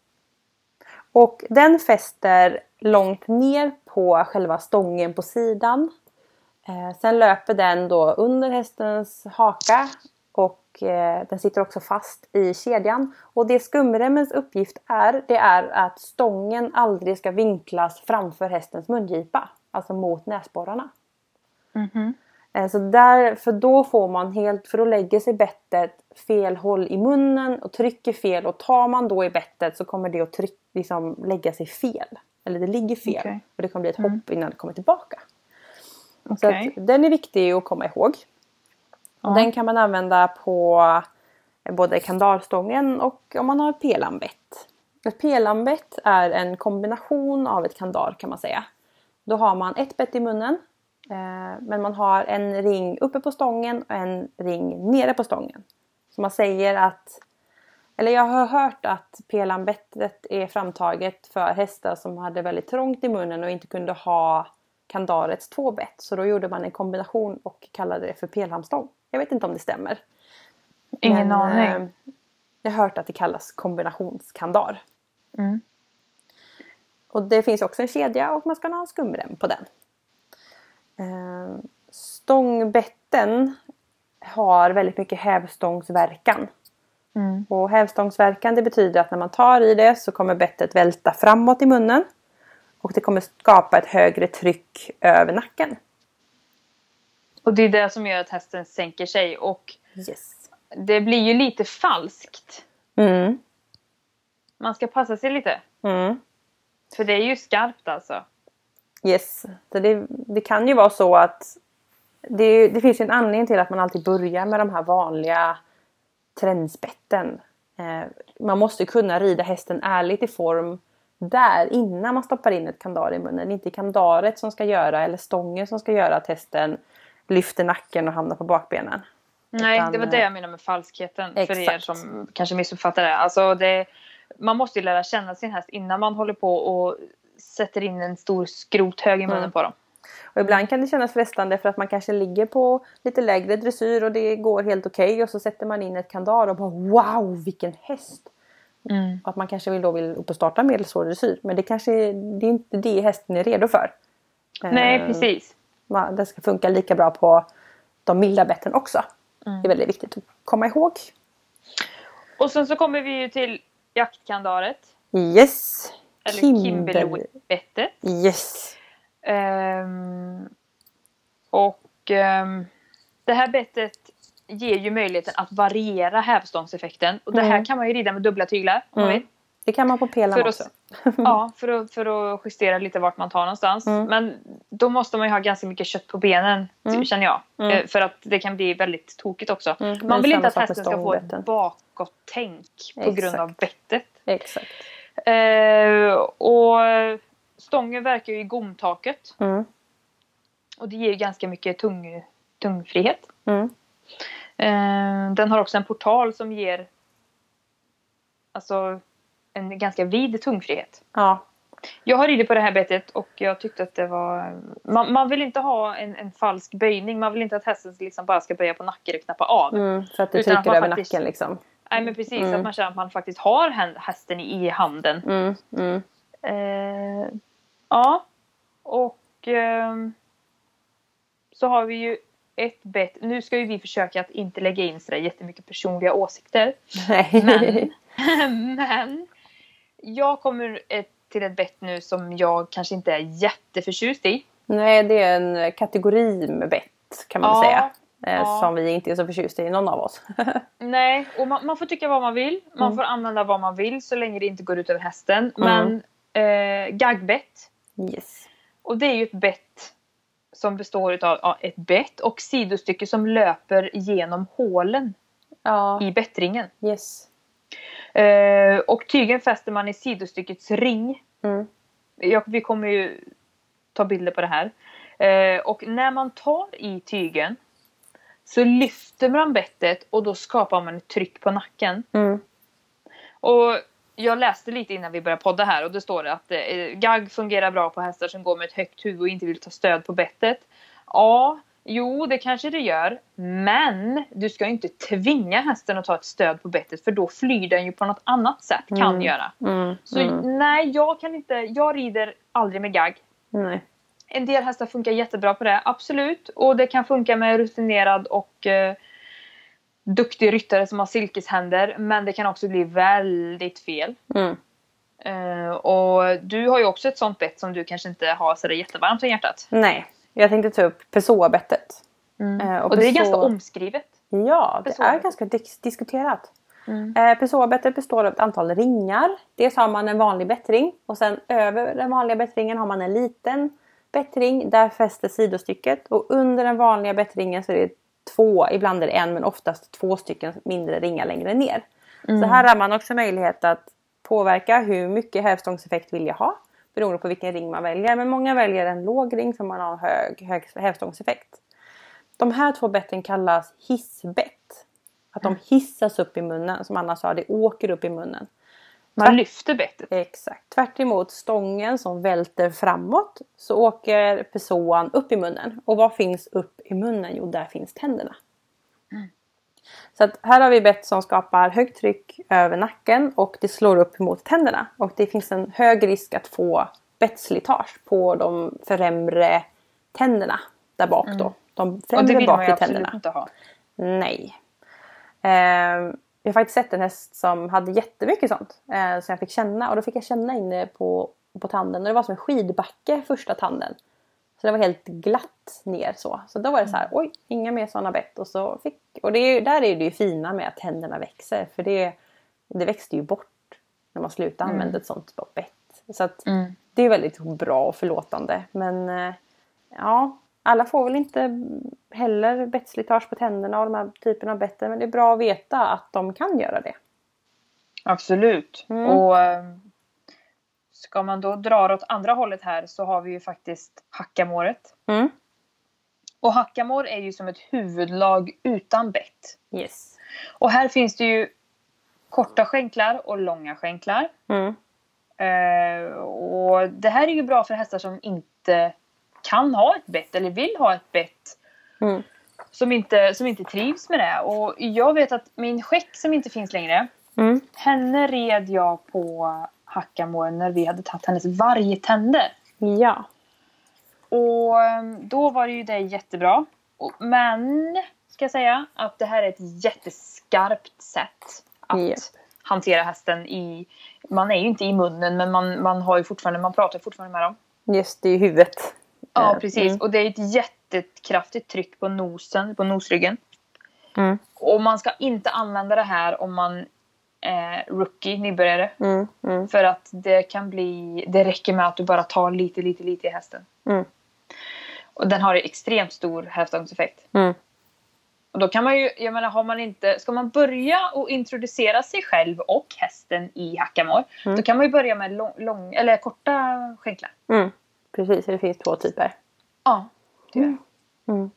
Och den fäster långt ner på själva stången på sidan. Sen löper den då under hästens haka. Och den sitter också fast i kedjan. Och det skumremmens uppgift det är att stången aldrig ska vinklas framför hästens mungipa. Alltså mot näsborrarna. Så för då får man för då lägger sig bettet fel håll i munnen och trycker fel. Och tar man då i bettet så kommer det att lägga sig fel. Eller det ligger fel. Okay. Och det kommer bli ett hopp innan det kommer tillbaka. Okay. Så att, den är viktig att komma ihåg. Den kan man använda på både kandarstången och om man har ett pelambett. Ett pelambett är en kombination av ett kandar, kan man säga. Då har man ett bett i munnen. Men man har en ring uppe på stången och en ring nere på stången. Så man säger jag har hört att pelambettet är framtaget för hästar som hade väldigt trångt i munnen och inte kunde ha kandarets 2 bett. Så då gjorde man en kombination och kallade det för pelhamstång. Jag vet inte om det stämmer. Ingen aning. Jag har hört att det kallas kombinationskandar. Och det finns också en kedja och man ska ha en skumrem på den. Stångbetten har väldigt mycket hävstångsverkan. Och hävstångsverkan, det betyder att när man tar i det så kommer bettet välta framåt i munnen. Och det kommer skapa ett högre tryck över nacken. Och det är det som gör att hästen sänker sig. Och det blir ju lite falskt. Man ska passa sig lite. För det är ju skarpt alltså. Yes, så det kan ju vara så att det finns ju en anledning till att man alltid börjar med de här vanliga tränsbetten. Man måste kunna rida hästen ärligt i form där innan man stoppar in ett kandar i munnen. Det är inte kandaret som ska göra eller stången som ska göra att hästen lyfter nacken och hamnar på bakbenen. Nej, det var det jag menar med falskheten. Exakt. För er som kanske missuppfattar det. Alltså man måste ju lära känna sin häst innan man håller på och sätter in en stor skrothög i munnen på dem. Och ibland kan det kännas frestande för att man kanske ligger på lite lägre dressyr och det går helt okej. Och så sätter man in ett kandar och bara wow, vilken häst! Och att man kanske vill upp och starta medelsvår dressyr. Men det är inte det hästen är redo för. Nej, precis. Det ska funka lika bra på de milda betten också. Det är väldigt viktigt att komma ihåg. Och sen så kommer vi ju till jaktkandaret. Yes! Eller Kimberley-bettet. Yes! Det här bettet ger ju möjligheten att variera hävstångseffekten. Och det här kan man ju rida med dubbla tyglar. Det kan man på pelan också. Ja, för att justera lite vart man tar någonstans. Men då måste man ju ha ganska mycket kött på benen, känner jag. För att det kan bli väldigt tokigt också. Man vill inte att hästen ska få ett bakåt-tänk på grund av bettet. Exakt. Och stången verkar ju i gomtaket. Och det ger ju ganska mycket tungfrihet. Den har också en portal som ger alltså en ganska vid tungfrihet. Ja. Jag har ridit på det här bettet och jag tyckte att det var... Man vill inte ha en falsk böjning. Man vill inte att hästen liksom bara ska böja på nacken och knappa av. För att det trycker över nacken liksom. Nej, men precis. Att man känner att man faktiskt har hästen i handen. Ja. Och så har vi ju ett bett. Nu ska ju vi försöka att inte lägga in så jättemycket personliga åsikter. Nej. Men jag kommer till ett bett nu som jag kanske inte är jätteförtjust i. Nej, det är en kategori med bett kan man säga. Som vi inte är så förtjust i, någon av oss. Nej, och man får tycka vad man vill. Man får använda vad man vill så länge det inte går ut över hästen. Men gaggbett. Yes. Och det är ju ett bett som består av ett bett och sidostycke som löper genom hålen i bettringen. Yes. Och tygen fäster man i sidostyckets ring. Vi kommer ju ta bilder på det här. Och när man tar i tygen så lyfter man bettet och då skapar man ett tryck på nacken. Och jag läste lite innan vi började podda här och det står det att gagg fungerar bra på hästar som går med ett högt huvud och inte vill ta stöd på bettet. Ja, jo det kanske det gör. Men du ska inte tvinga hästen att ta ett stöd på bettet för då flyr den ju på något annat sätt kan göra. Så nej, jag rider aldrig med gagg. Nej. En del hästar funkar jättebra på det, absolut. Och det kan funka med rutinerad och duktig ryttare som har silkeshänder. Men det kan också bli väldigt fel. Och du har ju också ett sånt bett som du kanske inte har så jättevarmt i hjärtat. Nej, jag tänkte ta upp Pessoa-bettet. Och det är ganska omskrivet. Ja, det är ganska diskuterat. Pessoa-bettet består av ett antal ringar. Dels har man en vanlig bettring. Och sen över den vanliga bettringen har man en liten bettring. Där fäster sidostycket. Och under den vanliga bettringen så är det 2, ibland är det 1 men oftast 2 stycken mindre ringar längre ner. Så här har man också möjlighet att påverka hur mycket hävstångseffekt vill jag ha. Beroende på vilken ring man väljer. Men många väljer en låg ring för man har hög hävstångseffekt. De här 2 betten kallas hissbett. Att de hissas upp i munnen. Som Anna sa, det åker upp i munnen. Man lyfter bettet. Exakt. Tvärt emot stången som välter framåt så åker Pessoan upp i munnen. Och vad finns upp i munnen? Jo, där finns tänderna. Så att här har vi bett som skapar högt tryck över nacken och det slår upp mot tänderna. Och det finns en hög risk att få bettslitage på de främre tänderna där bak då. De främre bak i tänderna. Inte ha. Nej. Jag har faktiskt sett en häst som hade jättemycket sånt. Som jag fick känna. Och då fick jag känna inne på tanden. Och det var som en skidbacke första tanden. Så det var helt glatt ner så. Så då var det så här, oj, inga mer sådana bett. Och där är det ju fina med att tänderna växer. För det växte ju bort när man slutade använda ett sånt bett. Så att det är väldigt bra och förlåtande. Men ja, alla får väl inte heller bettslitage på tänderna och de här typerna av betten. Men det är bra att veta att de kan göra det. Absolut. Och ska man då dra åt andra hållet här så har vi ju faktiskt hackamåret. Mm. Och hackamår är ju som ett huvudlag utan bett. Yes. Och här finns det ju korta skänklar och långa skänklar. Mm. Och det här är ju bra för hästar som inte kan ha ett bett eller vill ha ett bett. Mm. Som inte trivs med det. Och jag vet att min skäck som inte finns längre. Mm. Henne red jag på hackamåren när vi hade tagit hennes vargtänder. Ja. Och då var det ju det jättebra. Men ska jag säga att det här är ett jätteskarpt sätt att hantera hästen i. Man är ju inte i munnen men man har ju fortfarande, man pratar fortfarande med dem. Just det, i huvudet. Ja, precis. Och det är ett jättekraftigt tryck på nosen, på nosryggen. Mm. Och man ska inte använda det här om man är rookie, nybörjare. För att det räcker med att du bara tar lite i hästen. Mm. Och den har extremt stor hävstångseffekt. Mm. Och då kan man ju, jag menar, har man inte, ska man börja och introducera sig själv och hästen i hackamår, då kan man ju börja med eller korta skänklar. Mm. Precis, det finns 2 typer. Ja, det gör det. Mm.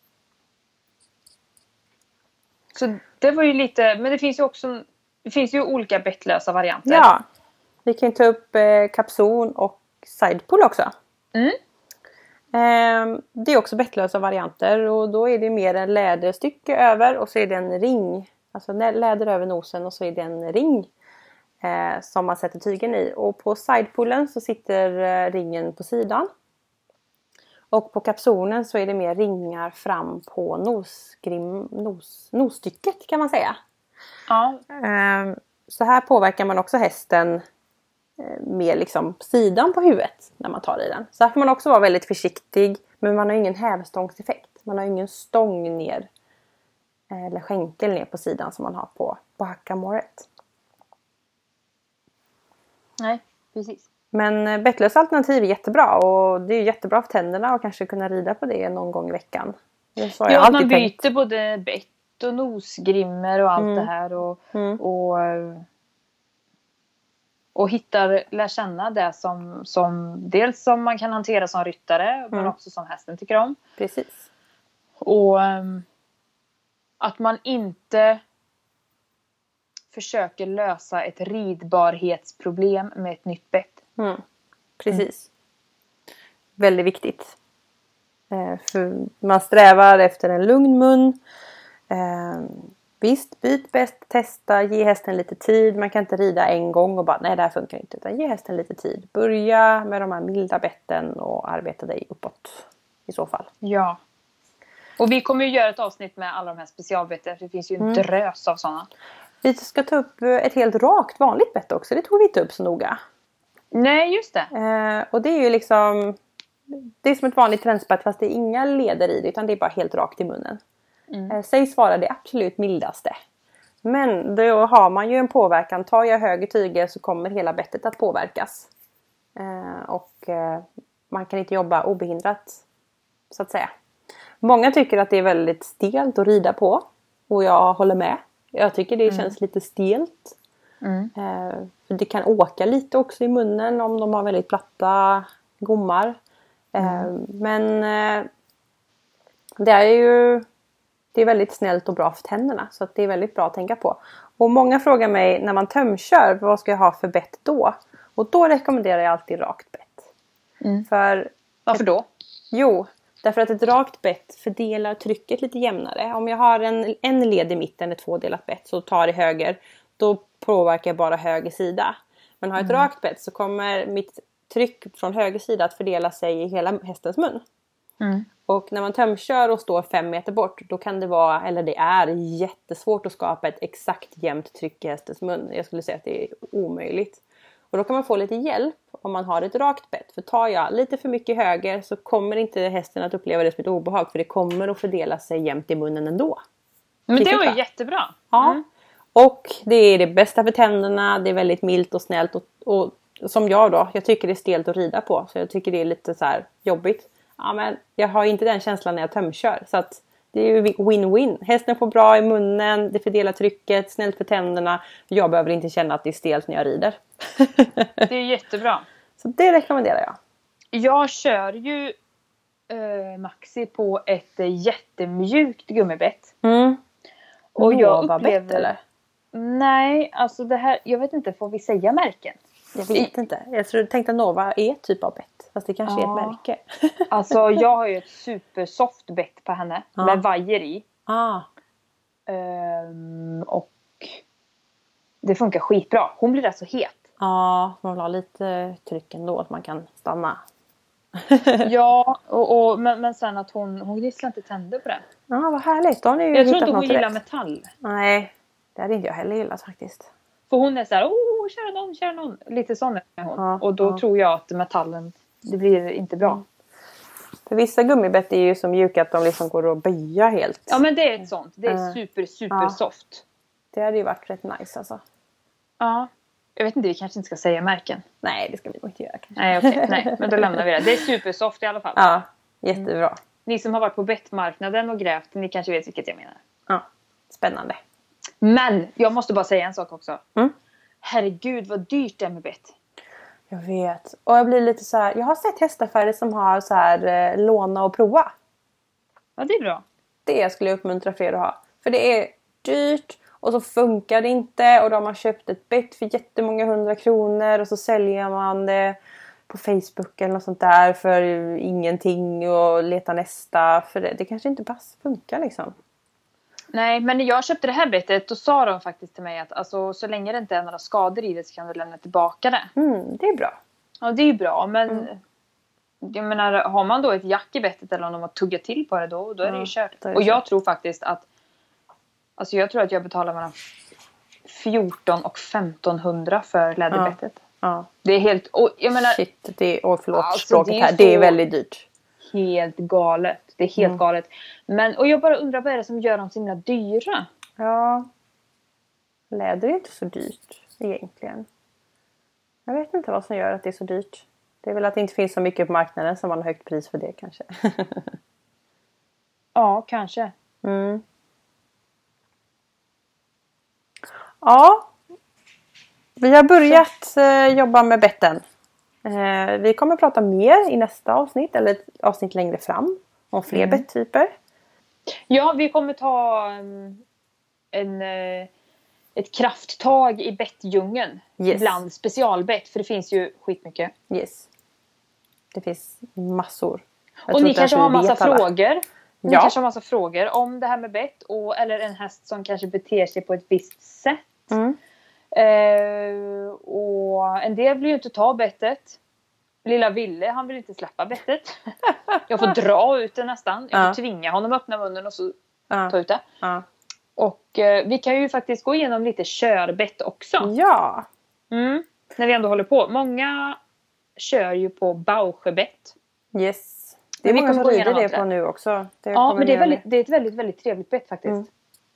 Så det var ju lite, men det finns ju olika bettlösa varianter. Ja, vi kan ta upp kapson och sidepull också. Mm. Det är också bettlösa varianter och då är det mer en läderstycke över och så är det en ring. Alltså läder över nosen och så är det en ring som man sätter tygen i. Och på sidepullen så sitter ringen på sidan. Och på kapsonen så är det mer ringar fram på nosstycket kan man säga. Ja. Så här påverkar man också hästen mer liksom sidan på huvudet när man tar i den. Så här får man också vara väldigt försiktig. Men man har ingen hävstångseffekt. Man har ingen stång ner. Eller skänkel ner på sidan som man har på hackamåret. Nej, precis. Men bettlösa alternativ är jättebra. Och det är jättebra för tänderna att kanske kunna rida på det någon gång i veckan. Ja, man byter både bett och nosgrimmer och allt det här. Och lär känna det som dels som man kan hantera som ryttare men också som hästen tycker om. Precis. Och att man inte försöker lösa ett ridbarhetsproblem med ett nytt bett. Precis. Väldigt viktigt. För man strävar efter en lugn mun. Visst, byt bäst, testa, ge hästen lite tid. Man kan inte rida en gång och bara, nej det här funkar inte. Utan ge hästen lite tid. Börja med de här milda betten och arbeta dig uppåt i så fall. Ja. Och vi kommer ju göra ett avsnitt med alla de här specialbetten. För det finns ju en drös av sådana. Vi ska ta upp ett helt rakt vanligt bett också. Det tog vi inte upp så noga. Nej, just det. Och det är ju liksom, det är som ett vanligt tränsbett fast det är inga leder i det. Utan det är bara helt rakt i munnen. Sägs vara det absolut mildaste. Men då har man ju en påverkan. Tar jag höger tyger så kommer hela bettet att påverkas. Och man kan inte jobba obehindrat. Så att säga. Många tycker att det är väldigt stelt att rida på. Och jag håller med. Jag tycker det känns lite stelt. För det kan åka lite också i munnen om de har väldigt platta gommar. Men det är ju... Det är väldigt snällt och bra för tänderna. Så att det är väldigt bra att tänka på. Och många frågar mig när man tömkör. Vad ska jag ha för bett då? Och då rekommenderar jag alltid rakt bett. Varför då? Jo, därför att ett rakt bett fördelar trycket lite jämnare. Om jag har en led i mitten, ett tvådelat bett. Så tar det höger. Då påverkar jag bara höger sida. Men har jag ett rakt bett så kommer mitt tryck från höger sida att fördela sig i hela hästens mun. Och när man tömkör och står 5 meter bort, då kan det vara, eller det är jättesvårt att skapa ett exakt jämnt tryck i hästens mun. Jag skulle säga att det är omöjligt. Och då kan man få lite hjälp om man har ett rakt bett. För tar jag lite för mycket höger så kommer inte hästen att uppleva det som ett obehag. För det kommer att fördela sig jämnt i munnen ändå. Men det var ju jättebra. Ja. Och det är det bästa för tänderna. Det är väldigt milt och snällt. Och som jag då, jag tycker det är stelt att rida på. Så jag tycker det är lite så här jobbigt. Ja, men jag har inte den känslan när jag tömkör. Så att Det är ju win-win. Hästen får bra i munnen, det fördelar trycket, snällt för tänderna. Jag behöver inte känna att det är stelt när jag rider. Det är jättebra. Så det rekommenderar jag. Jag kör ju Maxi på ett jättemjukt gummibett. Och jag upplever... eller? Nej, alltså det här... Jag vet inte, får vi säga märken? Jag vet inte. Jag tänkte att Nova är ett typ av bett. Fast det kanske är ett märke. Alltså jag har ju ett supersoft bett på henne. Med vajer i. Och det funkar skitbra. Hon blir rätt så het. Ja, man vill ha lite tryck ändå. Att man kan stanna. Ja, men sen att hon gnisslar inte tänder på det. Ja, vad härligt. Då har ni ju jag tror inte hon rätt. gillar metall. Nej, det hade inte jag heller gillat faktiskt. För hon är så här, kör någon. Lite sån är hon. Ja, och då tror jag att metallen, det blir inte bra. För vissa gummibett är ju så mjuka att de liksom går att böja helt. Ja, men det är ett sånt. Det är super soft. Det hade ju varit rätt nice alltså. Ja. Jag vet inte, vi kanske inte ska säga märken. Nej, det ska vi nog inte göra kanske. Nej, okej. Nej, men då lämnar vi det. Det är supersoft i alla fall. Ja, jättebra. Ni som har varit på bettmarknaden och grävt, ni kanske vet vilket jag menar. Ja, spännande. Men, jag måste bara säga en sak också. Herregud, vad dyrt det är med bett. Jag vet. Och jag blir lite så här... Jag har sett hästaffärer som har så här låna och prova. Ja, det är bra. Det skulle jag uppmuntra fler att ha. För det är dyrt. Och så funkar det inte. Och de har köpt ett bett för jättemånga 100 kronor. Och så säljer man det på Facebook eller något sånt där. För ingenting. Och letar nästa. För det kanske inte bara funkar liksom. Nej, men när jag köpte det här bettet, då sa de faktiskt till mig att alltså, så länge det inte är några skador i det så kan du lämna tillbaka det. Det är bra. Ja, det är ju bra, men jag menar, har man då ett jack i bettet eller om de har tuggat till på det då är det ju kört. Och jag tror faktiskt att jag tror att jag betalar mellan 14 och 1500 för läderbettet. Ja. Det är helt, och jag menar... Shit, förlåt språket här. Det är väldigt dyrt. Helt galet. Det är helt galet. Men, och jag bara undrar, vad är det som gör dem så himla dyra? Ja. Läder är inte så dyrt egentligen. Jag vet inte vad som gör att det är så dyrt. Det är väl att det inte finns så mycket på marknaden som man har högt pris för det kanske. Ja, kanske. Ja. Vi har börjat jobba med betten. Vi kommer att prata mer i nästa avsnitt. Eller ett avsnitt längre fram. Om fler betttyper. Ja, vi kommer ta ett krafttag i bettdjungeln. Yes. Bland specialbett. För det finns ju skitmycket. Yes. Det finns massor. Och ni kanske har massa frågor. Ni kanske har massa frågor om det här med bett. Eller en häst som kanske beter sig på ett visst sätt. Och en del vill ju inte ta bettet. Lilla Ville, han vill inte släppa bettet. Jag får dra ut det nästan. Jag får tvinga honom att öppna munnen och så ta ut det. Och vi kan ju faktiskt gå igenom lite körbett också. Ja. När vi ändå håller på. Många kör ju på Bauschebett. Yes. Det är många som rider det på nu också. Ja, men det är ett väldigt, väldigt trevligt bett faktiskt.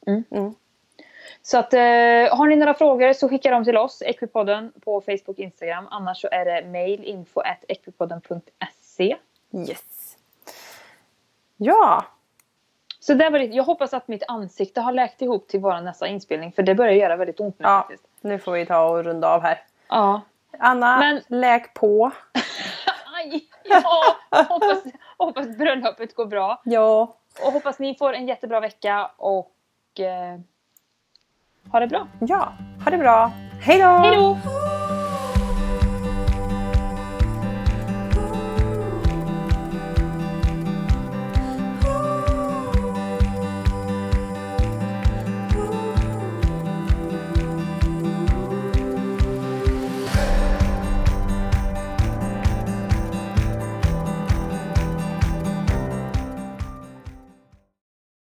Så att har ni några frågor så skicka dem till oss, Equipodden, på Facebook och Instagram. Annars så är det mail info@equipodden.se. Yes. Ja. Så där var det. Jag hoppas att mitt ansikte har läkt ihop till vår nästa inspelning. För det börjar göra väldigt ont nu faktiskt. Nu får vi ta och runda av här. Ja. Anna, läk på. Aj, ja. hoppas bröllopet går bra. Ja. Och hoppas ni får en jättebra vecka och ha det bra. Ja, ha det bra. Hej då! Hej då!